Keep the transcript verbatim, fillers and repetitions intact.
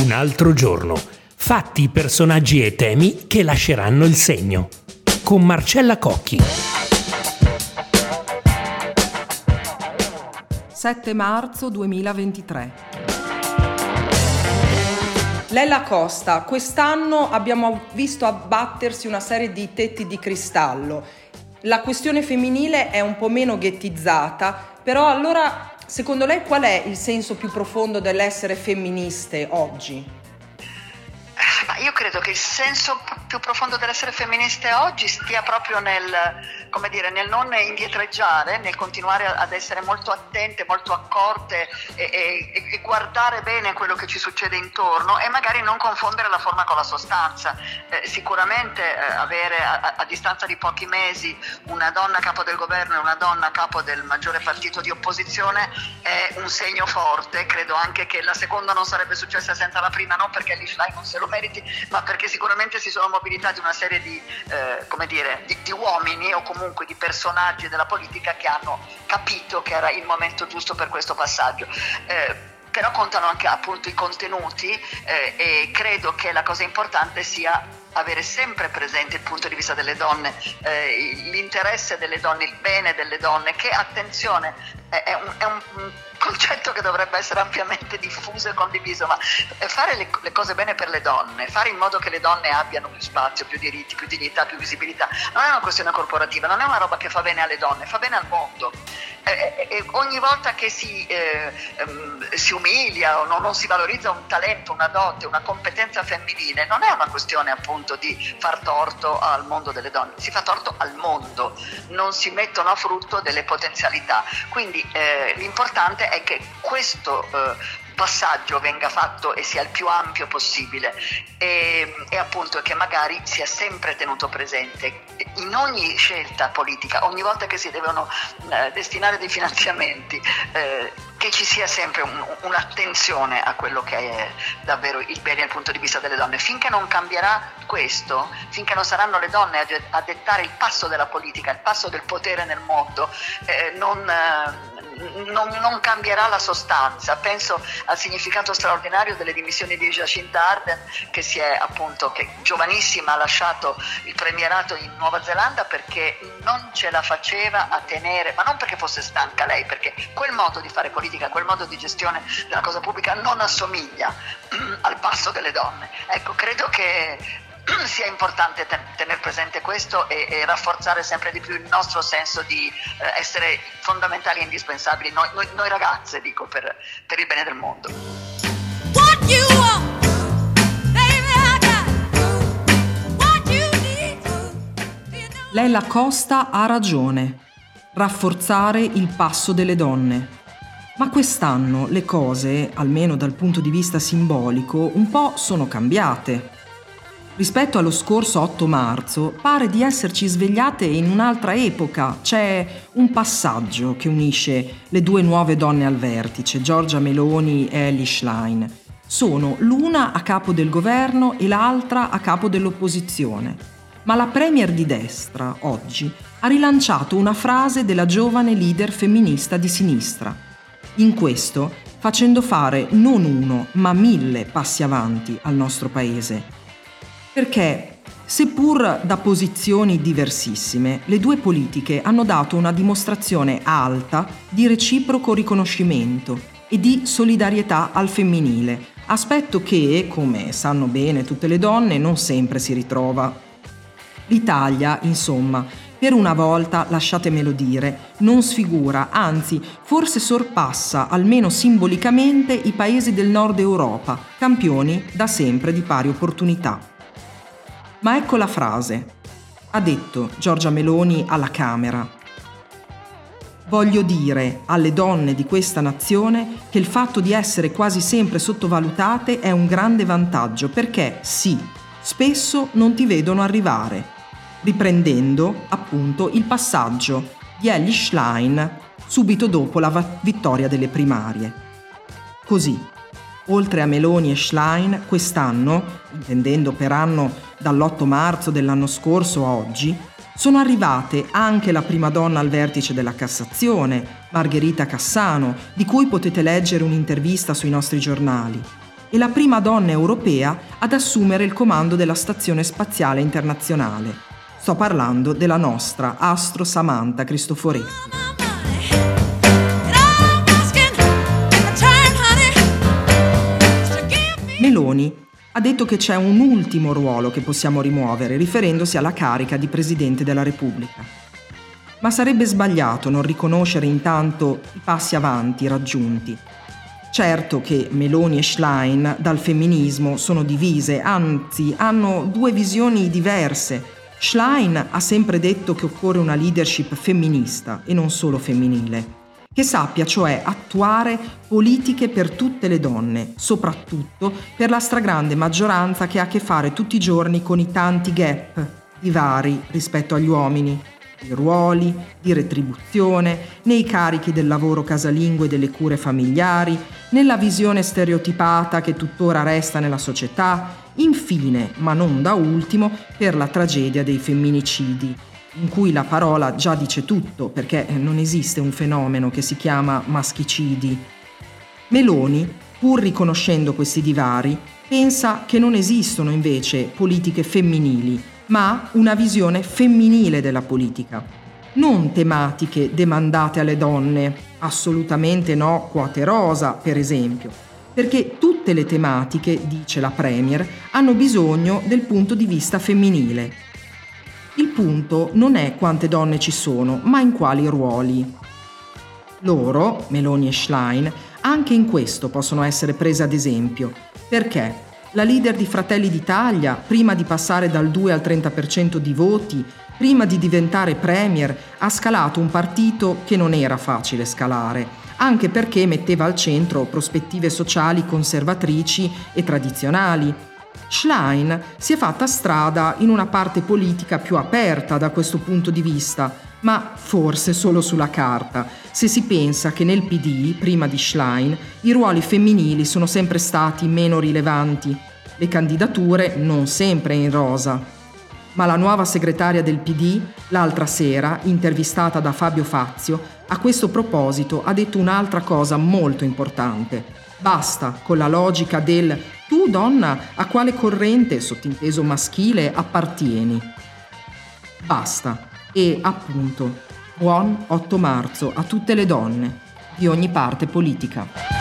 Un altro giorno. Fatti, personaggi e temi che lasceranno il segno. Con Marcella Cocchi. sette marzo duemilaventitré. Lella Costa, quest'anno abbiamo visto abbattersi una serie di tetti di cristallo. La questione femminile è un po' meno ghettizzata, però allora, secondo lei, qual è il senso più profondo dell'essere femministe oggi? Ma io credo che il senso più profondo dell'essere femministe oggi stia proprio nel, come dire, nel non indietreggiare, nel continuare ad essere molto attente, molto accorte e, e, e guardare bene quello che ci succede intorno e magari non confondere la forma con la sostanza. Eh, sicuramente eh, avere a, a distanza di pochi mesi una donna a capo del governo e una donna a capo del maggiore partito di opposizione è un segno forte. Credo anche che la seconda non sarebbe successa senza la prima, non perché Elly Schlein non se lo meriti, ma perché sicuramente si sono mobilitati una serie di, eh, come dire, di, di uomini o comunque di personaggi della politica che hanno capito che era il momento giusto per questo passaggio. Eh, però contano anche appunto i contenuti eh, e credo che la cosa importante sia avere sempre presente il punto di vista delle donne, eh, l'interesse delle donne, il bene delle donne, che attenzione è, è, un, è un concetto che dovrebbe essere ampiamente diffuso e condiviso, ma fare le, le cose bene per le donne, fare in modo che le donne abbiano più spazio, più diritti, più dignità, più visibilità, non è una questione corporativa, non è una roba che fa bene alle donne, fa bene al mondo. E, e ogni volta che si, eh, um, si umilia o non, non si valorizza un talento, una dote, una competenza femminile, non è una questione appunto di far torto al mondo delle donne, si fa torto al mondo, non si mettono a frutto delle potenzialità. Quindi eh, l'importante è che questo eh, passaggio venga fatto e sia il più ampio possibile e, e appunto che magari sia sempre tenuto presente in ogni scelta politica, ogni volta che si devono eh, destinare dei finanziamenti, eh, che ci sia sempre un, un'attenzione a quello che è davvero il bene dal punto di vista delle donne. Finché non cambierà questo, finché non saranno le donne a, a dettare il passo della politica, il passo del potere nel mondo, eh, non... Eh, Non, non cambierà la sostanza. Penso al significato straordinario delle dimissioni di Jacinda Ardern, che si è appunto, che giovanissima ha lasciato il premierato in Nuova Zelanda perché non ce la faceva a tenere, ma non perché fosse stanca lei, perché quel modo di fare politica, quel modo di gestione della cosa pubblica non assomiglia al passo delle donne. Ecco, credo che sia importante ten- tenere presente questo e-, e rafforzare sempre di più il nostro senso di eh, essere fondamentali e indispensabili, noi, noi, noi ragazze, dico, per, per il bene del mondo. What you want, baby, I got what you need. Lella Costa ha ragione. Rafforzare il passo delle donne. Ma quest'anno le cose, almeno dal punto di vista simbolico, un po' sono cambiate. Rispetto allo scorso otto marzo, pare di esserci svegliate in un'altra epoca. C'è un passaggio che unisce le due nuove donne al vertice, Giorgia Meloni e Elly Schlein. Sono l'una a capo del governo e l'altra a capo dell'opposizione. Ma la premier di destra, oggi, ha rilanciato una frase della giovane leader femminista di sinistra. In questo, facendo fare non uno, ma mille passi avanti al nostro paese. Perché, seppur da posizioni diversissime, le due politiche hanno dato una dimostrazione alta di reciproco riconoscimento e di solidarietà al femminile, aspetto che, come sanno bene tutte le donne, non sempre si ritrova. L'Italia, insomma, per una volta, lasciatemelo dire, non sfigura, anzi, forse sorpassa, almeno simbolicamente, i paesi del nord Europa, campioni da sempre di pari opportunità. Ma ecco la frase. Ha detto Giorgia Meloni alla Camera. Voglio dire alle donne di questa nazione che il fatto di essere quasi sempre sottovalutate è un grande vantaggio perché, sì, spesso non ti vedono arrivare, riprendendo, appunto, il passaggio di Elly Schlein subito dopo la va- vittoria delle primarie. Così, oltre a Meloni e Schlein, quest'anno, intendendo per anno dall'otto marzo dell'anno scorso a oggi, sono arrivate anche la prima donna al vertice della Cassazione, Margherita Cassano, di cui potete leggere un'intervista sui nostri giornali, e la prima donna europea ad assumere il comando della Stazione Spaziale Internazionale. Sto parlando della nostra Astro Samantha Cristoforetti. Meloni ha detto che c'è un ultimo ruolo che possiamo rimuovere, riferendosi alla carica di Presidente della Repubblica. Ma sarebbe sbagliato non riconoscere intanto i passi avanti raggiunti. Certo che Meloni e Schlein dal femminismo sono divise, anzi hanno due visioni diverse. Schlein ha sempre detto che occorre una leadership femminista e non solo femminile, che sappia cioè attuare politiche per tutte le donne, soprattutto per la stragrande maggioranza che ha a che fare tutti i giorni con i tanti gap, divari rispetto agli uomini, di ruoli, di retribuzione, nei carichi del lavoro casalingo e delle cure familiari, nella visione stereotipata che tuttora resta nella società, infine, ma non da ultimo, per la tragedia dei femminicidi, in cui la parola già dice tutto, perché non esiste un fenomeno che si chiama maschicidi. Meloni, pur riconoscendo questi divari, pensa che non esistono invece politiche femminili, ma una visione femminile della politica. Non tematiche demandate alle donne, assolutamente no quote rosa, per esempio, perché tutte le tematiche, dice la Premier, hanno bisogno del punto di vista femminile. Il punto non è quante donne ci sono, ma in quali ruoli. Loro, Meloni e Schlein, anche in questo possono essere prese ad esempio, perché la leader di Fratelli d'Italia, prima di passare dal due al trenta per cento di voti, prima di diventare premier, ha scalato un partito che non era facile scalare, anche perché metteva al centro prospettive sociali conservatrici e tradizionali. Schlein si è fatta strada in una parte politica più aperta da questo punto di vista, ma forse solo sulla carta, se si pensa che nel P D, prima di Schlein, i ruoli femminili sono sempre stati meno rilevanti, le candidature non sempre in rosa. Ma la nuova segretaria del P D, l'altra sera, intervistata da Fabio Fazio, a questo proposito ha detto un'altra cosa molto importante. Basta con la logica del «tu, donna, a quale corrente, sottinteso maschile, appartieni?» Basta. E, appunto, buon otto marzo a tutte le donne, di ogni parte politica.